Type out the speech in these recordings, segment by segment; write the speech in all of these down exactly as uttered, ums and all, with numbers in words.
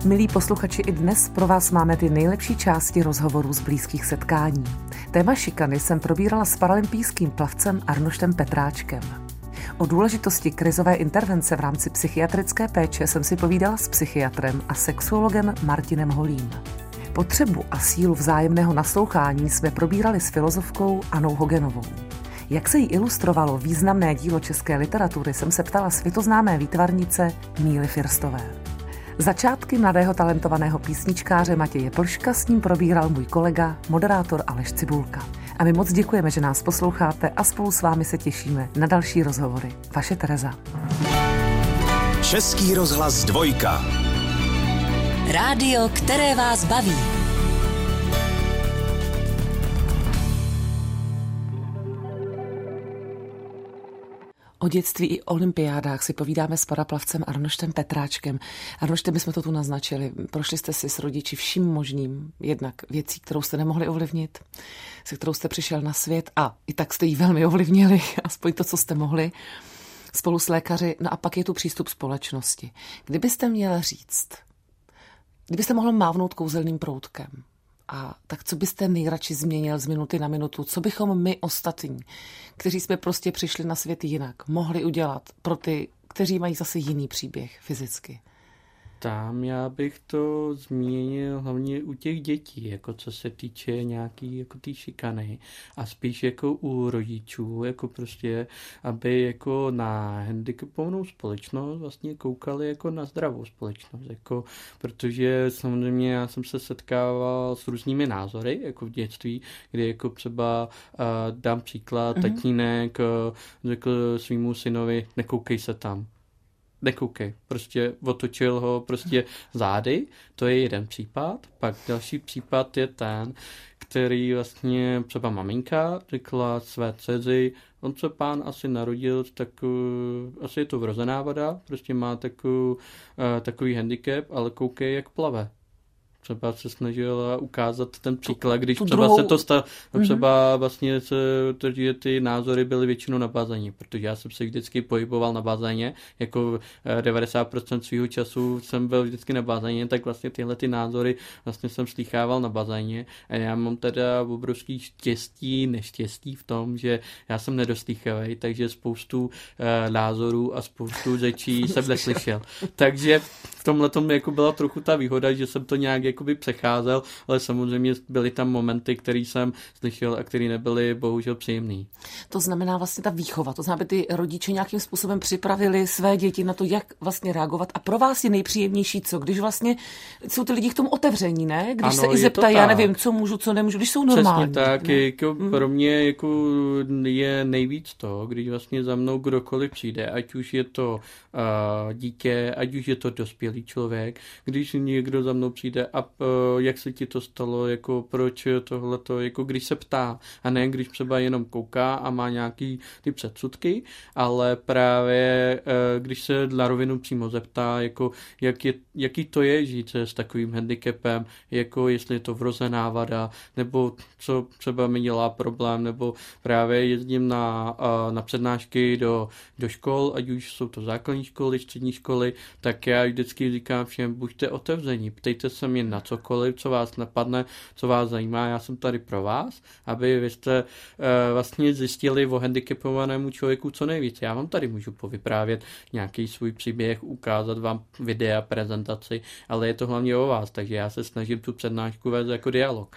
Milí posluchači, i dnes pro vás máme ty nejlepší části rozhovorů z blízkých setkání. Téma šikany jsem probírala s paralympijským plavcem Arnoštem Petráčkem. O důležitosti krizové intervence v rámci psychiatrické péče jsem si povídala s psychiatrem a sexuologem Martinem Holým. Potřebu a sílu vzájemného naslouchání jsme probírali s filozofkou Annou Hogenovou. Jak se jí ilustrovalo významné dílo české literatury, jsem se ptala světoznámé výtvarnice Míly Firstové. Začátky mladého talentovaného písničkáře Matěje Plška s ním probíral můj kolega, moderátor Aleš Cibulka. A my moc děkujeme, že nás posloucháte a spolu s vámi se těšíme na další rozhovory. Vaše Tereza. Český rozhlas dvojka. Rádio, které vás baví. O dětství i olympiádách si povídáme s paraplavcem Arnoštem Petráčkem. Arnošte, my jsme to tu naznačili. Prošli jste si s rodiči vším možným, jednak věcí, kterou jste nemohli ovlivnit, se kterou jste přišel na svět a i tak jste ji velmi ovlivnili, aspoň to, co jste mohli, spolu s lékaři. No a pak je tu přístup společnosti. Kdybyste měl říct, kdybyste mohl mávnout kouzelným proutkem, a tak co byste nejradši změnil z minuty na minutu? Co bychom my ostatní, kteří jsme prostě přišli na svět jinak, mohli udělat pro ty, kteří mají zase jiný příběh fyzicky? Tam já bych to zmínil hlavně u těch dětí, jako co se týče nějaký jako té šikany a spíš jako u rodičů, jako prostě, aby jako na handicapovanou společnost vlastně koukali jako na zdravou společnost, jako, protože samozřejmě já jsem se setkával s různými názory, jako v dětství, kdy jako třeba uh, dám příklad, mm-hmm. tatínek uh, řekl svýmu synovi, nekoukej se tam. Nekoukej, prostě otočil ho prostě zády, to je jeden případ, pak další případ je ten, který vlastně třeba maminka řekla své dceři, on se pán asi narodil, tak uh, asi je to vrozená vada, prostě má takový, uh, takový handicap, ale koukej, jak plave. Třeba se snažila ukázat ten příklad, když třeba druhou... se to stalo, mm-hmm. třeba vlastně se, to, že ty názory byly většinou na bazéně, protože já jsem se vždycky pohyboval na bazéně, jako devadesát procent svého času jsem byl vždycky na bazéně, tak vlastně tyhle ty názory vlastně jsem slýchával na bazéně a já mám teda obrovský štěstí, neštěstí v tom, že já jsem nedoslýchavý, takže spoustu uh, názorů a spoustu řečí jsem neslyšel. Takže v tomhletom jako byla trochu ta výhoda, že jsem to nějak jakoby přecházel, ale samozřejmě byly tam momenty, které jsem slyšel a které nebyly bohužel příjemný. To znamená vlastně ta výchova, to znamená, aby ty rodiče nějakým způsobem připravili své děti na to, jak vlastně reagovat a pro vás je nejpříjemnější co, když vlastně jsou ty lidi k tomu otevření, ne? Když ano, se i zeptají, já nevím, co můžu, co nemůžu, když jsou normální. Přesně tak, jako mm. pro mě jako je nejvíc to, když vlastně za mnou kdokoliv přijde, ať už je to uh, dítě, ať už je to dospělý člověk, když někdo za mnou přijde a uh, jak se ti to stalo, jako proč tohleto, jako když se ptá a ne když třeba jenom kouká a má nějaký ty předsudky, ale právě uh, když se na rovinu přímo zeptá, jako jak je, jaký to je žít se s takovým handicapem, jako jestli je to vrozená vada, nebo co třeba mi dělá problém, nebo právě jezdím na, uh, na přednášky do, do škol, ať už jsou to základní školy, střední školy, tak já vždycky říkám všem, buďte otevření, ptejte se mě na cokoliv, co vás napadne, co vás zajímá, já jsem tady pro vás, aby vy jste uh, vlastně zjistili o handicapovanému člověku co nejvíc. Já vám tady můžu povyprávět nějaký svůj příběh, ukázat vám videa, prezentaci, ale je to hlavně o vás, takže já se snažím tu přednášku vést jako dialog.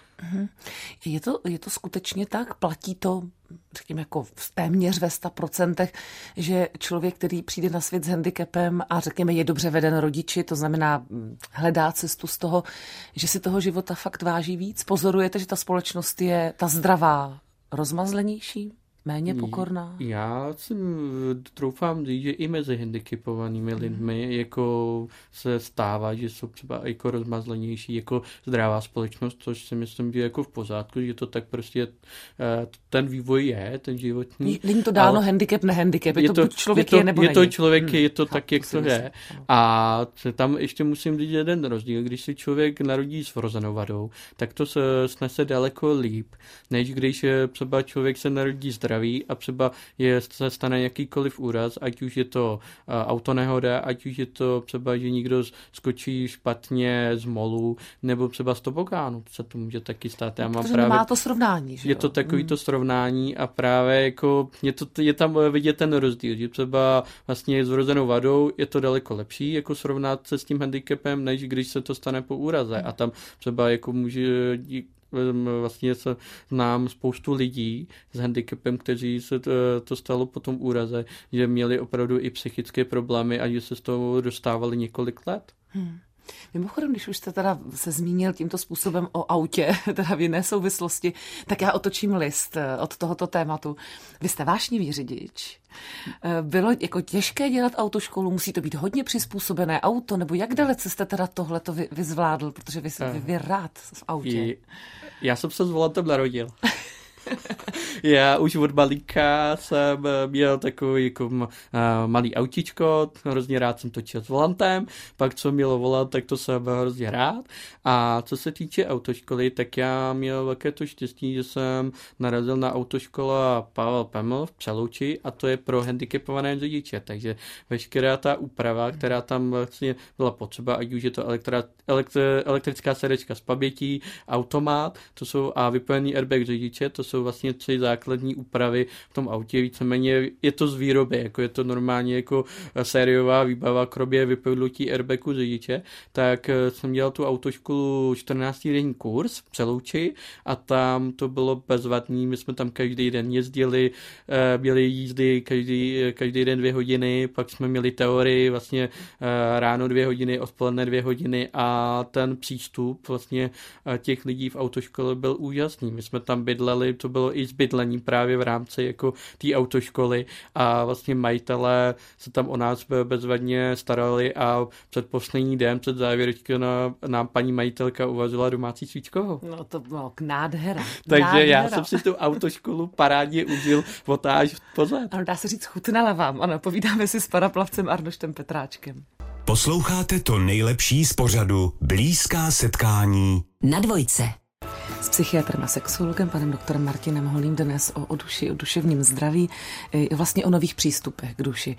Je to, je to skutečně tak? Platí to, řekněme, jako téměř ve sto procent, že člověk, který přijde na svět s handicapem a řekněme je dobře veden rodiči, to znamená hledá cestu z toho, že si toho života fakt váží víc? Pozorujete, že ta společnost je ta zdravá, rozmazlenější? Méně pokorná? Já si troufám říct, že i mezi handicapovanými lidmi jako se stává, že jsou třeba jako rozmazlenější, jako zdravá společnost, což si myslím, že je jako v pořádku, že to tak prostě ten vývoj je, ten životní. Není to dáno handicap, ne handicap, je, je to buď člověk je, to, je nebo je není. to člověk, hmm. je to tak, tak, jak to je. A tam ještě musím říct jeden rozdíl. Když si člověk narodí s vrozenou vadou, tak to se snese daleko líp, než když třeba člověk se narodí zdravý zdraví a třeba je, se stane jakýkoliv úraz, ať už je to uh, autonehoda, ať už je to třeba, že někdo skočí špatně z molu, nebo třeba z tobogánu, se to může taky stát. Já mám právě, má to srovnání, že je jo? to takový mm. to srovnání a právě jako je, to, je tam vidět ten rozdíl, že třeba vlastně s vrozenou vadou je to daleko lepší, jako srovnat se s tím handicapem, než když se to stane po úraze. A tam třeba jako může vlastně se znám spoustu lidí s handicapem, kteří se to, to stalo po tom úraze, že měli opravdu i psychické problémy a že se z toho dostávali několik let. Hmm. Mimochodem, když už jste teda se zmínil tímto způsobem o autě, teda v jiné souvislosti, tak já otočím list od tohoto tématu. Vy jste vášnivý řidič. Bylo jako těžké dělat autoškolu? Musí to být hodně přizpůsobené auto? Nebo jak dalece jste teda tohleto vy, vyzvládl? Protože vy, vy, vy rád v autě. Já jsem se s volantem narodil. Já už od malíka jsem měl takový jako uh, malý autičko, hrozně rád jsem točil s volantem, pak co mělo volant, tak to jsem hrozně rád. A co se týče autoškoly, tak já měl velké to štěstí, že jsem narazil na autoškola Pavel Peml v Přelouči a to je pro handicapované řidiče, takže veškerá ta úprava, která tam vlastně byla potřeba, ať už je to elektra, elektri, elektrická sedačka s pamětí, automat, to jsou a vypojený airbag řidiče, to jsou vlastně tři základní úpravy v tom autě, víceméně je to z výroby, jako je to normálně jako sériová výbava, kromě vypnutí airbagu řidiče, tak jsem dělal tu autoškolu čtrnáctidenní kurz v Přelouči a tam to bylo bezvadný, my jsme tam každý den jezdili, měli jízdy každý, každý den dvě hodiny, pak jsme měli teorii vlastně ráno dvě hodiny, odpoledne dvě hodiny a ten přístup vlastně těch lidí v autoškole byl úžasný. My jsme tam bydleli, to bylo i s bydlením právě v rámci jako té autoškoly a vlastně majitelé se tam o nás bezvadně starali a před poslední den, před závěrečkou na, nám paní majitelka uvařila domácí svíčkovou. No to bylo nádhera. Takže nádhera. Já jsem si tu autoškolu parádně užil otáž pozad. Ano, dá se říct, chutnala vám. Ano, povídáme si s paraplavcem Arnoštem Petráčkem. Posloucháte to nejlepší z pořadu Blízká setkání na Dvojce. S psychiatrem a sexologem, panem doktorem Martinem Holým, dnes o, o duši, o duševním zdraví, vlastně o nových přístupech k duši.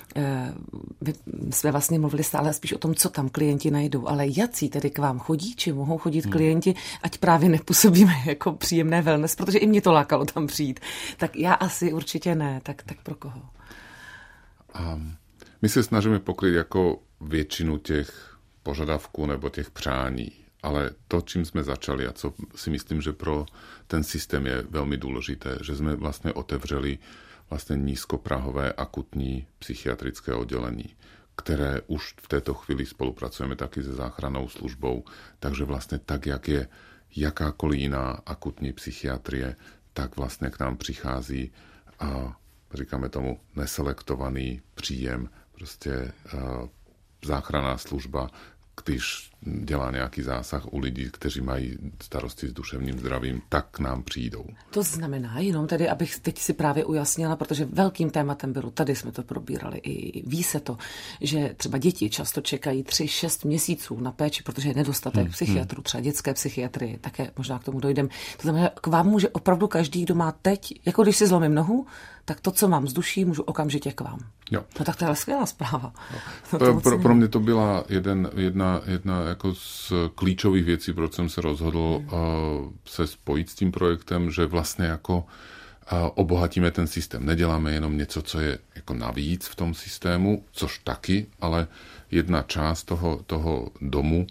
My jsme vlastně mluvili stále spíš o tom, co tam klienti najdou, ale jací tedy k vám chodí, či mohou chodit hmm. klienti, ať právě nepůsobíme jako příjemné wellness, protože i mě to lákalo tam přijít. Tak já asi určitě ne, tak, tak pro koho? Um, my se snažíme pokryť jako většinu těch požadavků nebo těch přání. Ale to, čím jsme začali a co si myslím, že pro ten systém je velmi důležité, že jsme vlastně otevřeli vlastně nízkoprahové akutní psychiatrické oddělení, které už v této chvíli spolupracujeme taky se záchrannou službou, takže vlastně tak, jak je jakákoliv jiná akutní psychiatrie, tak vlastně k nám přichází a říkáme tomu neselektovaný příjem, prostě záchranná služba, když dělá nějaký zásah u lidí, kteří mají starosti s duševním zdravím, tak k nám přijdou. To znamená, jenom tedy, abych teď si právě ujasnila, protože velkým tématem bylo, tady jsme to probírali, i ví se to, že třeba děti často čekají tři, šest měsíců na péči, protože je nedostatek hmm, psychiatrů, třeba dětské psychiatrie, také možná k tomu dojdem. To znamená, k vám může opravdu každý, kdo má teď, jako když si zlomím nohu, tak to, co mám z duší, můžu okamžitě k vám. Jo. No tak to je skvělá zpráva. No. To pro, pro mě to byla jeden, jedna, jedna jako z klíčových věcí, proč jsem se rozhodl hmm. uh, se spojit s tím projektem, že vlastně jako uh, obohatíme ten systém. Neděláme jenom něco, co je jako navíc v tom systému, což taky, ale jedna část toho, toho domu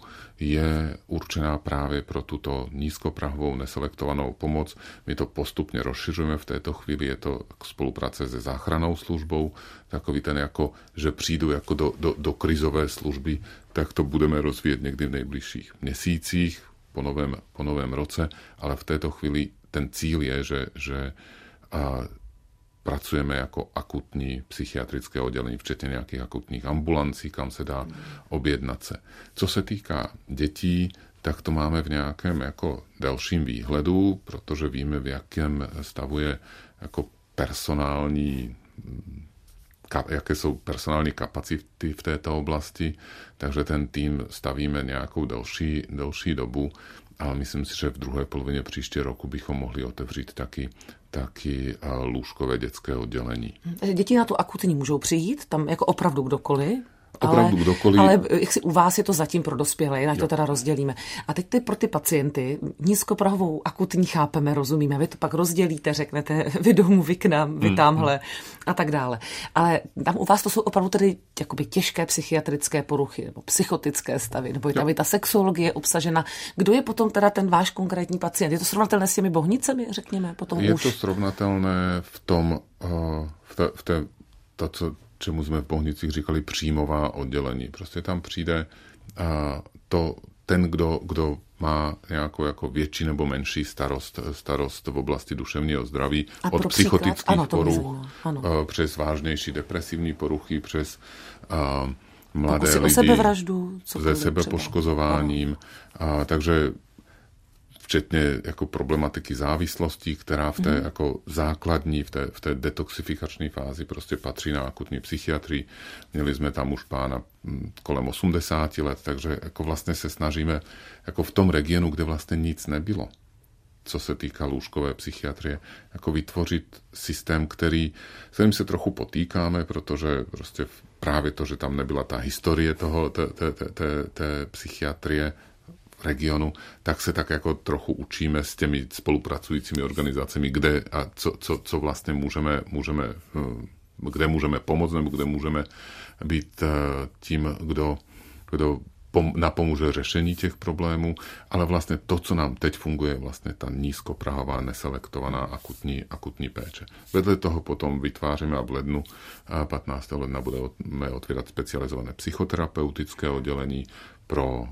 je určená právě pro tuto nízkoprahovou neselektovanou pomoc. My to postupně rozšiřujeme, v této chvíli je to spolupráce se záchrannou službou, takový ten jako, že přijdu jako do, do, do krizové služby, tak to budeme rozvíjet někdy v nejbližších měsících, po novém, po novém roce, ale v této chvíli ten cíl je, že, že a, pracujeme jako akutní psychiatrické oddělení, včetně nějakých akutních ambulancí, kam se dá objednat se. Co se týká dětí, tak to máme v nějakém jako delším výhledu, protože víme, v jakém stavu je jako personální jaké jsou personální kapacity v této oblasti, takže ten tým stavíme nějakou delší, delší dobu, ale myslím si, že v druhé polovině příští roku bychom mohli otevřít taky, taky lůžkové dětské oddělení. Děti na tu akutní můžou přijít, tam jako opravdu kdokoliv? Opravdu ale, kdokoliv. Ale jak si u vás je to zatím pro dospělé, jinak jo. to teda rozdělíme. A teď ty pro ty pacienty nízkoprahovou akutní chápeme, rozumíme, vy to pak rozdělíte, řeknete vy domů, vy k nám, vy tamhle a tak dále. Ale tam u vás to jsou opravdu tedy jakoby těžké psychiatrické poruchy nebo psychotické stavy, nebo je tam i ta sexuologie obsažena. Kdo je potom teda ten váš konkrétní pacient? Je to srovnatelné s těmi Bohnicemi, řekněme? Potom je už? to srovnatelné v tom, v té, v té to, co čemu jsme v Bohnicích říkali příjmová oddělení. Prostě tam přijde a to, ten, kdo, kdo má nějakou jako větší nebo menší starost, starost v oblasti duševního zdraví, a od psychotických ano, poruch přes vážnější depresivní poruchy, přes uh, mladé pokusy lidi o sebevraždu, se sebepoškozováním. A, takže včetně jako problematiky závislostí, která v té mm. jako základní, v té, v té detoxifikační fázi prostě patří na akutní psychiatrii. Měli jsme tam už pána kolem osmdesáti let, takže jako vlastně se snažíme jako v tom regionu, kde vlastně nic nebylo, co se týká lůžkové psychiatrie, jako vytvořit systém, který, s kterým se trochu potýkáme, protože prostě právě to, že tam nebyla ta historie toho, té, té, té, té, té psychiatrie regionu, tak se tak jako trochu učíme s těmi spolupracujícími organizacemi, kde a co, co, co vlastně můžeme, můžeme, kde můžeme pomoct, nebo kde můžeme být tím, kdo, kdo pom, napomůže řešení těch problémů, ale vlastně to, co nám teď funguje, vlastně ta nízkoprahová, neselektovaná akutní, akutní péče. Vedle toho potom vytváříme a v lednu, patnáctého ledna budeme otvírat specializované psychoterapeutické oddělení pro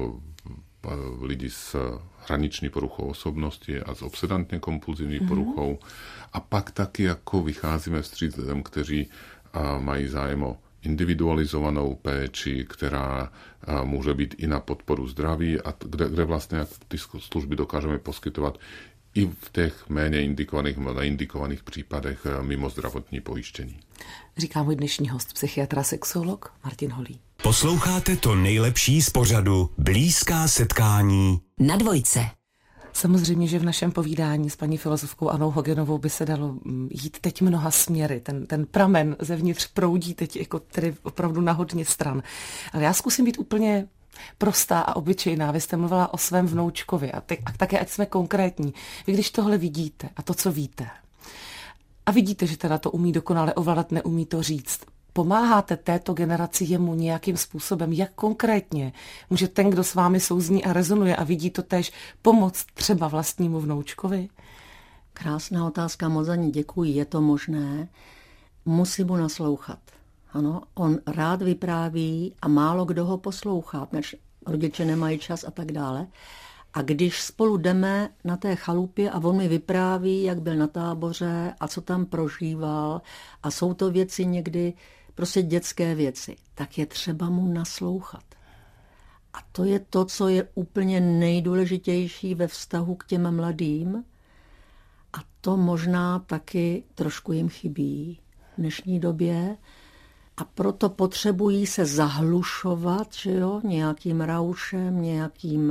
lidi s hraniční poruchou osobnosti a s obsedantně kompulzivní mm-hmm. poruchou. A pak taky jako vycházíme vstříc lidem, kteří a, mají zájem o individualizovanou péči, která a, může být i na podporu zdraví a kde, kde vlastně ty služby dokážeme poskytovat i v těch méně indikovaných, neindikovaných případech mimo zdravotní pojištění. Říká můj dnešní host, psychiatra, sexuolog Martin Holý. Posloucháte to nejlepší z pořadu Blízká setkání na Dvojce. Samozřejmě, že v našem povídání s paní filozofkou Annou Hogenovou by se dalo jít teď mnoha směry. Ten, ten pramen zevnitř proudí teď jako tedy opravdu na hodně stran. Ale já zkusím být úplně prostá a obyčejná. Vy jste mluvila o svém vnoučkovi a, te, a také, ať jsme konkrétní. Vy když tohle vidíte a to, co víte, a vidíte, že teda to umí dokonale ovládat, neumí to říct, pomáháte této generaci jemu nějakým způsobem, jak konkrétně může ten, kdo s vámi souzní a rezonuje a vidí to též, pomoct třeba vlastnímu vnoučkovi? Krásná otázka, moc za ní děkuji, je to možné. Musí mu naslouchat. Ano, on rád vypráví a málo kdo ho poslouchá, než rodiče nemají čas a tak dále. A když spolu jdeme na té chalupě a on mi vypráví, jak byl na táboře a co tam prožíval a jsou to věci někdy prostě dětské věci, tak je třeba mu naslouchat. A to je to, co je úplně nejdůležitější ve vztahu k těm mladým a to možná taky trošku jim chybí v dnešní době a proto potřebují se zahlušovat, že jo, nějakým raušem, nějakým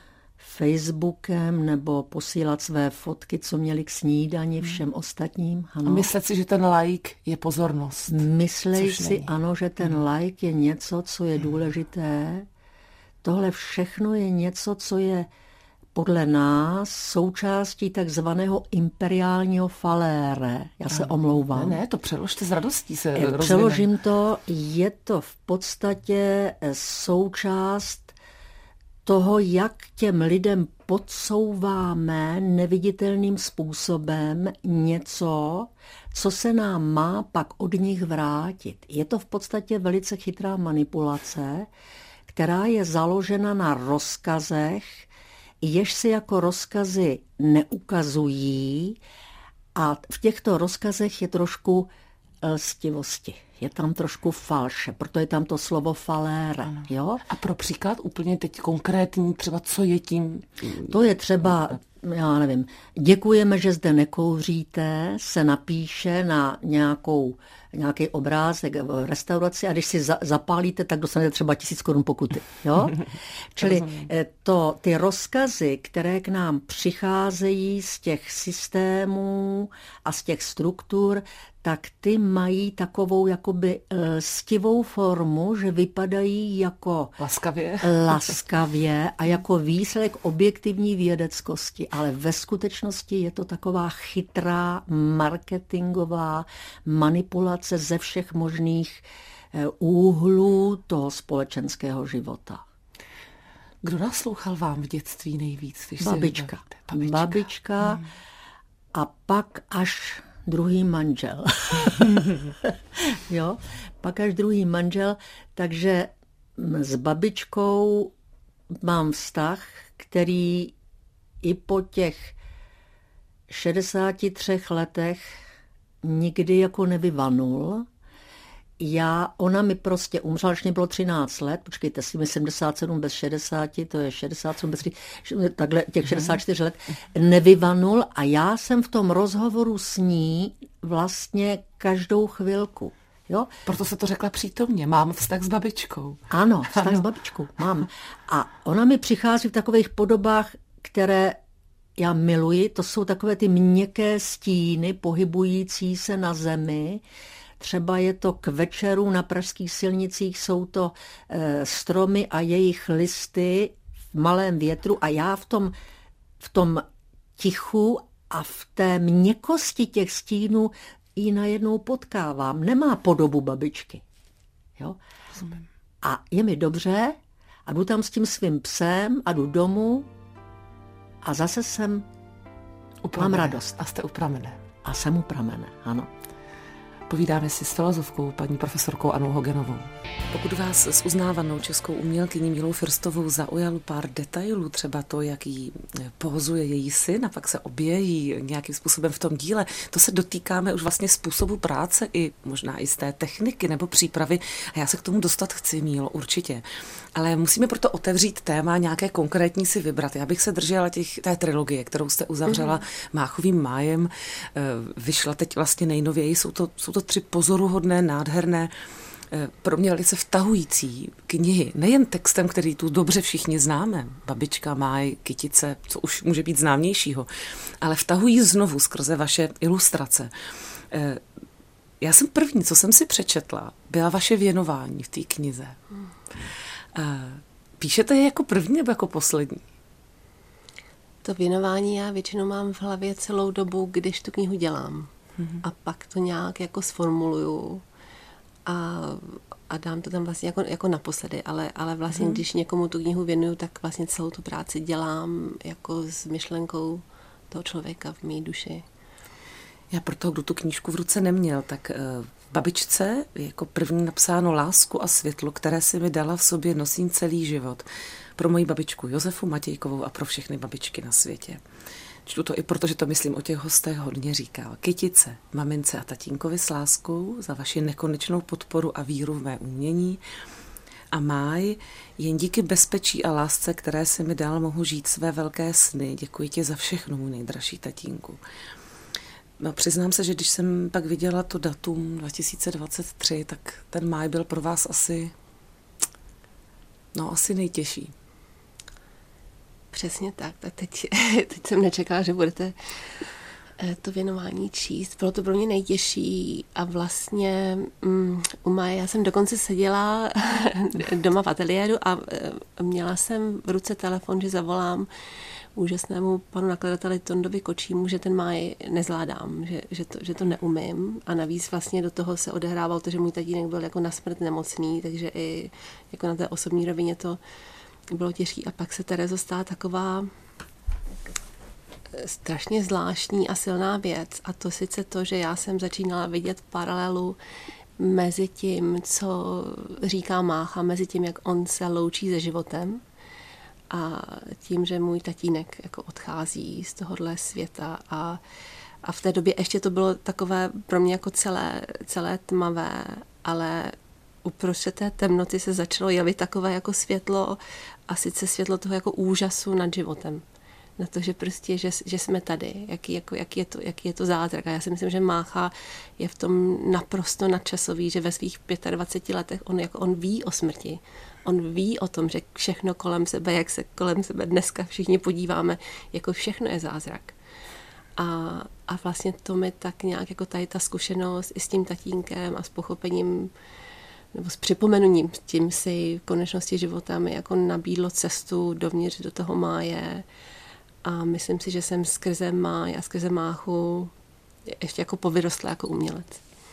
Facebookem nebo posílat své fotky, co měli k snídani všem ostatním. Ano. A myslet si, že ten like je pozornost. Myslej si, není. Ano, že ten hmm. like je něco, co je důležité. Tohle všechno je něco, co je podle nás součástí takzvaného imperiálního falére. Já se ano. omlouvám. Ne, ne, to přeložte s radostí. Se e, přeložím to, je to v podstatě součást toho, jak těm lidem podsouváme neviditelným způsobem něco, co se nám má pak od nich vrátit. Je to v podstatě velice chytrá manipulace, která je založena na rozkazech, jež se jako rozkazy neukazují a v těchto rozkazech je trošku lstivosti. Je tam trošku falše, proto je tam to slovo falére. Jo? A pro příklad úplně teď konkrétní, třeba co je tím? To je třeba já nevím, děkujeme, že zde nekouříte, se napíše na nějakou, nějaký obrázek v restauraci a když si za, zapálíte, tak dostanete třeba tisíc korun pokuty. Jo? Čili to, ty rozkazy, které k nám přicházejí z těch systémů a z těch struktur, tak ty mají takovou jakoby lstivou formu, že vypadají jako laskavě. laskavě a jako výsledek objektivní vědeckosti, ale ve skutečnosti je to taková chytrá marketingová manipulace ze všech možných úhlů toho společenského života. Kdo naslouchal vám v dětství nejvíc? Babička. Babička. Babička hmm. a pak až druhý manžel. Jo, pak až druhý manžel, takže s babičkou mám vztah, který i po těch šedesáti třech letech nikdy jako nevyvanul. Já, ona mi prostě umřela, když mě bylo třináct let, počkejte si, mi sedmdesát sedm bez šedesáti, to je šedesát sedm bez takhle těch šedesát čtyři let, nevyvanul a já jsem v tom rozhovoru s ní vlastně každou chvilku. Jo? Proto se to řekla přítomně, mám vztah s babičkou. Ano, vztah ano. s babičkou, mám. A ona mi přichází v takových podobách, které já miluji, to jsou takové ty měkké stíny pohybující se na zemi. Třeba je to k večeru na pražských silnicích, jsou to e, stromy a jejich listy v malém větru a já v tom, v tom tichu a v té měkkosti těch stínů ji najednou potkávám. Nemá podobu babičky. Jo? A je mi dobře a jdu tam s tím svým psem a jdu domů a zase jsem, mám radost. A jste u pramene. A jsem u pramene, ano. Povídáme si s filozofkou, paní profesorkou Annou Hogenovou. Pokud vás s uznávanou českou umělkyní Mílou Firstovou zaujal pár detailů, třeba to, jak jí pozuje její syn a pak se objeví nějakým způsobem v tom díle, to se dotýkáme už vlastně způsobu práce i možná i z té techniky nebo přípravy a já se k tomu dostat chci, Mílo, určitě. Ale musíme proto otevřít téma, nějaké konkrétní si vybrat. Já bych se držela těch, té trilogie, kterou jste uzavřela mm. Máchovým májem, vyšla teď vlastně nejnověji, jsou to, jsou to tři pozoruhodné, nádherné, pro mě velice vtahující knihy. Nejen textem, který tu dobře všichni známe, Babička, Máj, Kytice, co už může být známějšího, ale vtahují znovu skrze vaše ilustrace. Já jsem první, co jsem si přečetla, byla vaše věnování v té knize. Píšete je jako první nebo jako poslední? To věnování já většinou mám v hlavě celou dobu, když tu knihu dělám. Mm-hmm. A pak to nějak jako sformuluju a, a dám to tam vlastně jako, jako naposledy. Ale, ale vlastně, mm-hmm. když někomu tu knihu věnuju, tak vlastně celou tu práci dělám jako s myšlenkou toho člověka v mé duši. Já pro toho, kdo tu knížku v ruce neměl, tak v Babičce je jako první napsáno lásku a světlo, které si mi dala v sobě nosím celý život. Pro moji babičku Josefu Matějkovou a pro všechny babičky na světě. Čtu to i proto, že to myslím o těch hostech hodně říkal. Kytice, mamince a tatínkovi s láskou za vaši nekonečnou podporu a víru v mé umění. A Máj, jen díky bezpečí a lásce, které si mi dal, mohu žít své velké sny. Děkuji ti za všechno, můj nejdražší tatínku. No, přiznám se, že když jsem pak viděla to datum dva tisíce dvacet tři, tak ten máj byl pro vás asi, no asi nejtěžší. Přesně tak. A teď, teď jsem nečekala, že budete to věnování číst. Bylo to pro mě nejtěžší a vlastně um, u Máje já jsem dokonce seděla doma v ateliéru a měla jsem v ruce telefon, že zavolám úžasnému panu nakladateli Tondovi Kočímu, že ten Máj nezvládám, že, že, to, že to neumím a navíc vlastně do toho se odehrávalo to, že můj tatínek byl jako na smrt nemocný, takže i jako na té osobní rovině to bylo těžké. A pak se Terezo stala taková strašně zvláštní a silná věc a to sice to, že já jsem začínala vidět paralelu mezi tím, co říká Mácha, mezi tím, jak on se loučí se životem a tím, že můj tatínek jako odchází z tohohle světa a, a v té době ještě to bylo takové pro mě jako celé, celé tmavé, ale uprostřed té temnoty se začalo jevit takové jako světlo a sice světlo toho jako úžasu nad životem. na to, že prostě, že, že jsme tady, jaký, jako, jaký, je to, jaký je to zázrak. A já si myslím, že Mácha je v tom naprosto nadčasový, že ve svých dvaceti pěti letech on, jako on ví o smrti. On ví o tom, že všechno kolem sebe, jak se kolem sebe dneska všichni podíváme, jako všechno je zázrak. A, a vlastně to mi tak nějak jako tady ta zkušenost i s tím tatínkem a s pochopením nebo s připomenutím tím si v konečnosti života mi jako nabídlo cestu dovnitř do toho máje a myslím si, že jsem skrze máj a skrze Máchu ještě jako povyrostla jako umělec.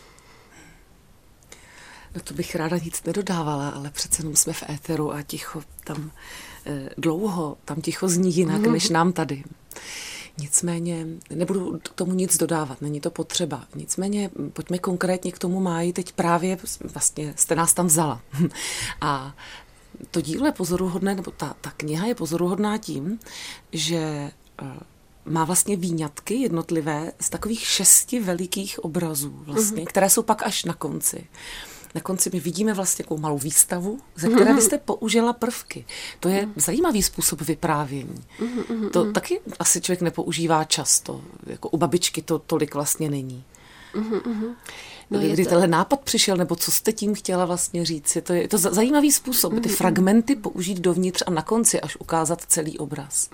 No to bych ráda nic nedodávala, ale přece jenom jsme v éteru a ticho tam eh, dlouho, tam ticho zní jinak, mm. než nám tady. Nicméně nebudu k tomu nic dodávat, není to potřeba. Nicméně pojďme konkrétně k tomu máji, teď právě vlastně jste nás tam vzala. A to dílo je pozoruhodné, nebo ta, ta kniha je pozoruhodná tím, že má vlastně výňatky jednotlivé z takových šesti velikých obrazů, vlastně, mm-hmm. které jsou pak až na konci. Na konci my vidíme vlastně takovou malou výstavu, ze které vy jste použila prvky. To je zajímavý způsob vyprávění. To taky asi člověk nepoužívá často. Jako u babičky to tolik vlastně není. No Kdy to... tenhle nápad přišel, nebo co jste tím chtěla vlastně říct? To je, je to zajímavý způsob, ty fragmenty použít dovnitř a na konci až ukázat celý obraz.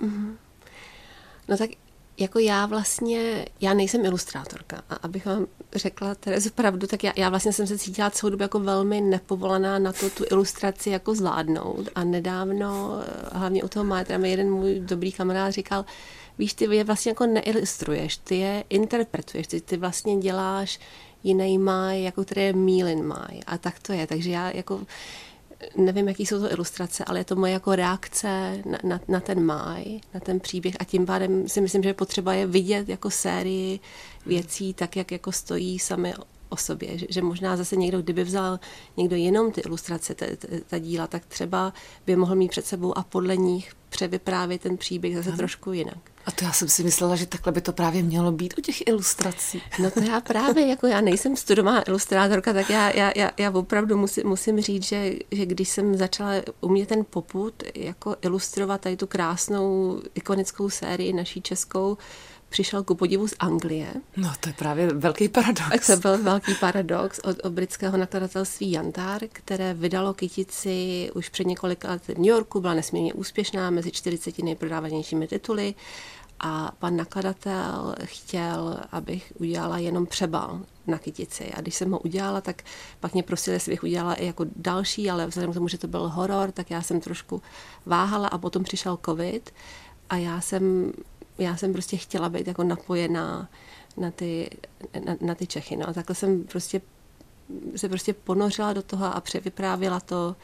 No tak jako já vlastně, já nejsem ilustrátorka a abych vám řekla Terezo pravdu, tak já, já vlastně jsem se cítila celou dobu jako velmi nepovolaná na to tu ilustraci jako zvládnout a nedávno, hlavně u toho máje, mi jeden můj dobrý kamarád říkal, víš, ty je vlastně jako neilustruješ, ty je interpretuješ, ty, ty vlastně děláš jiný máj, jako který je Mílin máj a tak to je, takže já jako nevím, jaký jsou to ilustrace, ale je to moje jako reakce na, na, na ten máj, na ten příběh a tím pádem si myslím, že je potřeba je vidět jako sérii věcí tak, jak jako stojí sami o sobě. Že, že možná zase někdo, kdyby vzal někdo jenom ty ilustrace, ta, ta, ta díla, tak třeba by mohl mít před sebou a podle nich převyprávět ten příběh zase ano. trošku jinak. A to já jsem si myslela, že takhle by to právě mělo být u těch ilustrací. No to já právě, jako já nejsem studovaná ilustrátorka, tak já, já, já, já opravdu musím, musím říct, že, že když jsem začala umět ten popud, jako ilustrovat tady tu krásnou ikonickou sérii naší českou, přišel ku podivu z Anglie. No to je právě velký paradox. To byl velký paradox od, od britského nakladatelství Jantar, které vydalo kytici už před několika let v New Yorku, byla nesmírně úspěšná, mezi čtyřiceti nejprodávanějšími tituly a pan nakladatel chtěl, abych udělala jenom přebal na kytici. A když jsem ho udělala, tak pak mě prosili, jestli bych udělala i jako další, ale vzhledem k tomu, že to byl horor, tak já jsem trošku váhala a potom přišel covid a já jsem Já jsem prostě chtěla být jako napojená na ty, na, na ty Čechy. No a takhle jsem prostě se prostě ponořila do toho a převyprávěla to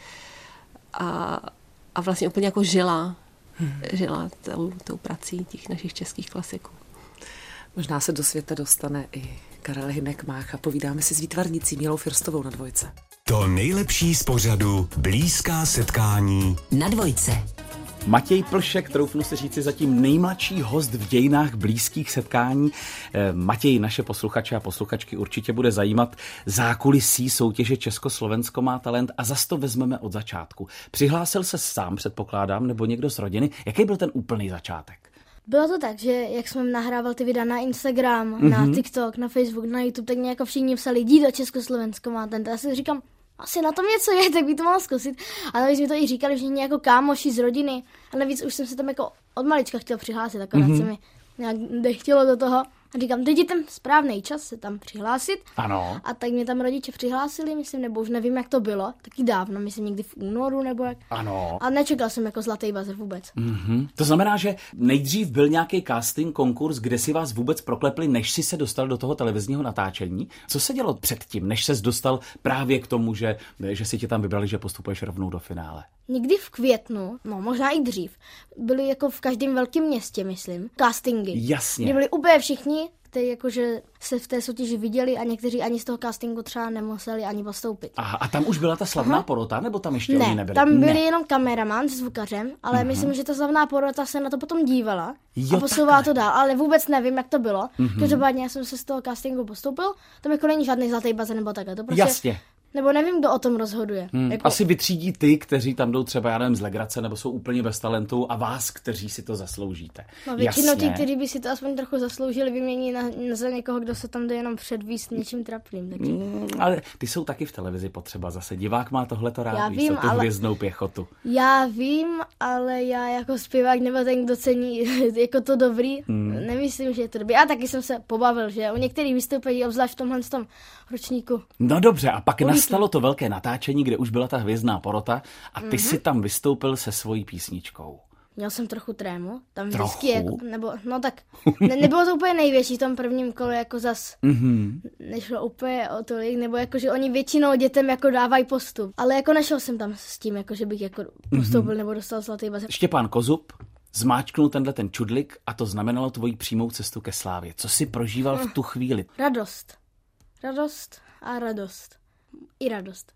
a, a vlastně úplně jako žila, hmm. žila tou, tou prací těch našich českých klasiků. Možná se do světa dostane i Karel Hynek Mácha. Povídáme si s výtvarnicí Mílou Firstovou na Dvojce. To nejlepší z pořadu Blízká setkání na Dvojce. Matěj Plšek, troufnu si říci, zatím nejmladší host v dějinách blízkých setkání. Matěj, naše posluchače a posluchačky určitě bude zajímat zákulisí soutěže Československo má talent a zas to vezmeme od začátku. Přihlásil se sám, předpokládám, nebo někdo z rodiny. Jaký byl ten úplný začátek? Bylo to tak, že jak jsme nahrával ty videa na Instagram, mm-hmm. na TikTok, na Facebook, na YouTube, tak nějak všichni psali, jdi do Československo má talent. A já si říkám, asi na tom něco je, tak by to mohlo zkusit. A navíc mi to i říkali všichni jako kámoši z rodiny. A navíc už jsem se tam jako od malička chtěl přihlásit, akorát mm-hmm. se mi nějak nechtělo do toho. A říkám, teď je ten správný čas se tam přihlásit. Ano. A tak mě tam rodiče přihlásili, myslím, nebo už nevím, jak to bylo. Taky dávno, myslím, někdy v únoru nebo jak. Ano. A nečekal jsem jako zlatý buzzer vůbec. Mm-hmm. To znamená, že nejdřív byl nějaký casting, konkurs, kde si vás vůbec proklepli, než si se dostal do toho televizního natáčení. Co se dělo předtím, než ses dostal právě k tomu, že, že si tě tam vybrali, že postupuješ rovnou do finále? Někdy v květnu, no možná i dřív, byly jako v každém velkém městě, myslím, castingy. Jasně. Kdy byli úplně všichni, kteří jakože se v té soutěži viděli a někteří ani z toho castingu třeba nemuseli ani postoupit. Aha, a tam už byla ta slavná Aha. porota, nebo tam ještě ne, oni nebyli? Tam byli ne. jenom kameraman s zvukařem, ale uh-huh. myslím, že ta slavná porota se na to potom dívala jo, a posouvala to dál, ale vůbec nevím, jak to bylo. Uh-huh. Každopádně já jsem se z toho castingu postoupil, tam jako není žádný zlatý bazén nebo takhle, to prostě Jasně. Nebo nevím, kdo o tom rozhoduje. Hmm. Jako... Asi vytřídí ty, kteří tam jdou třeba, já nevím, z legrace, nebo jsou úplně bez talentu a vás, kteří si to zasloužíte. No většinou ti, kteří by si to aspoň trochu zasloužili, vymění na, na za někoho, kdo se tam jde jenom předvíst něčím trapným. Takže... Hmm, ale ty jsou taky v televizi potřeba zase. Divák má tohleto rád, já víš, vím, tu ale... hvězdnou pěchotu. Já vím, ale já jako zpěvák nebo ten, kdo cení jako to dobrý, hmm. nemyslím, že je to dobrý. Já taky jsem se pobavil, že u některých vystoupení, obzvlášť v tomhle tom ročníku. No dobře, a pak Ulítnu. Nastalo to velké natáčení, kde už byla ta hvězdná porota a ty mm-hmm. si tam vystoupil se svojí písničkou. Měl jsem trochu trému, tam trochu? vždycky jako, nebo, no tak, ne, nebylo to úplně největší v tom prvním kole, jako zas mm-hmm. nešlo úplně o tolik, nebo jako, že oni většinou dětem jako dávají postup, ale jako nešel jsem tam s tím, jako, že bych jako postoupil mm-hmm. nebo dostal zlatý bazén. Štěpán Kozub zmáčknul tenhle ten čudlik a to znamenalo tvoji přímou cestu ke slávě. Co jsi prožíval v tu chvíli? Radost. Radost a radost. I radost.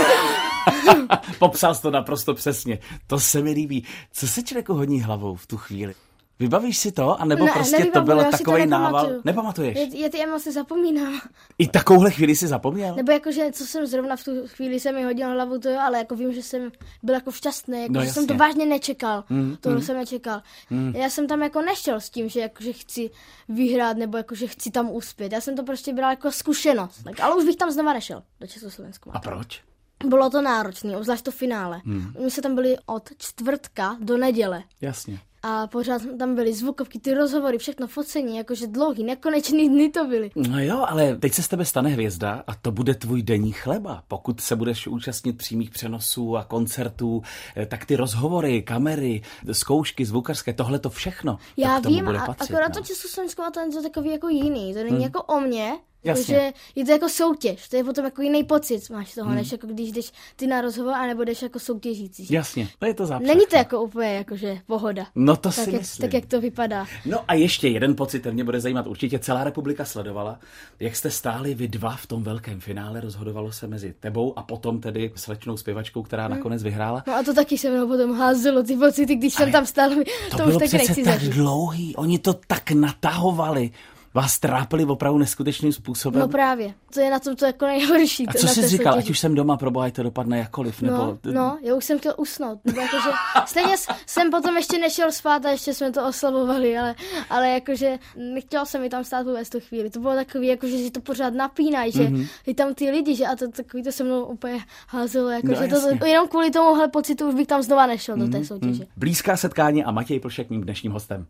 Popsal jsi to naprosto přesně. To se mi líbí. Co se člověku honí hlavou v tu chvíli? Vybavíš si to? A nebo ne, prostě nevybavuji, to byl to takovej nával? Nepamatuješ? Je, je ty emoce zapomínám. I takovouhle chvíli si zapomněl? Nebo jakože, co jsem zrovna v tu chvíli se mi hodil hlavu, to jo, ale jako vím, že jsem byl jako šťastný, jako, no, že jsem to vážně nečekal. Mm, Tohle mm. jsem nečekal. Mm. Já jsem tam jako nešel s tím, že jakože chci vyhrát, nebo jakože chci tam uspět. Já jsem to prostě bral jako zkušenost. Tak, ale už bych tam znova nešel do Československa. A proč? Bylo to náročné, obzvlášť to finále. Hmm. My se tam byli od čtvrtka do neděle. Jasně. A pořád tam byly zvukovky, ty rozhovory, všechno focení, jakože dlouhý, nekonečný dny to byly. No jo, ale teď se z tebe stane hvězda a to bude tvůj denní chleba. Pokud se budeš účastnit přímých přenosů a koncertů, tak ty rozhovory, kamery, zkoušky zvukařské, tohle to všechno. Já tak tomu vím, bude a patřit, akorát no. to Československo má ten to takový jako jiný, to není hmm. jako o mně. Jasně. Takže je to jako soutěž, to je potom jako jiný pocit máš toho, hmm. než jako když jdeš ty na rozhovor, anebo jdeš jako soutěžící. Jasně, to je to zápřeh. Není to jako úplně jakože pohoda. No to tak si jak, myslím. tak jak to vypadá. No a ještě jeden pocit, ten mě bude zajímat. Určitě celá republika sledovala, jak jste stáli vy dva v tom velkém finále, rozhodovalo se mezi tebou a potom tedy slečnou zpěvačkou, která hmm. nakonec vyhrála. No a to taky se mnou potom házelo ty pocity, když Ale jsem tam stál. To, to bylo už taky přece nechci tak zažít. dlouhý, oni to tak natahovali. Vás trápili opravdu neskutečným způsobem. No právě, to je na tom to jako nejhorší. A co jsi říkal, soutěži. Ať už jsem doma, proboha, to dopadne jakkoliv, nebo... No, no, já už jsem chtěl usnout, nebo jakože, stejně jsem potom ještě nešel spát a ještě jsme to oslavovali, ale, ale jakože nechtěl jsem mi tam stát vůbec tu chvíli, to bylo takový, jakože si to pořád napínají, že mm-hmm. je tam ty lidi, že a to takový to se mnou úplně házelo, jakože no, to, jenom kvůli tomuhle pocitu už bych tam znova nešel mm-hmm. do té soutěže. Blízká setkání a Matěj Plšek mým dnešním hostem.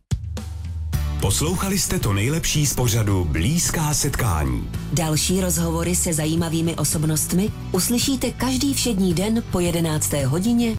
Poslouchali jste to nejlepší z pořadu Blízká setkání. Další rozhovory se zajímavými osobnostmi uslyšíte každý všední den po jedenácté hodině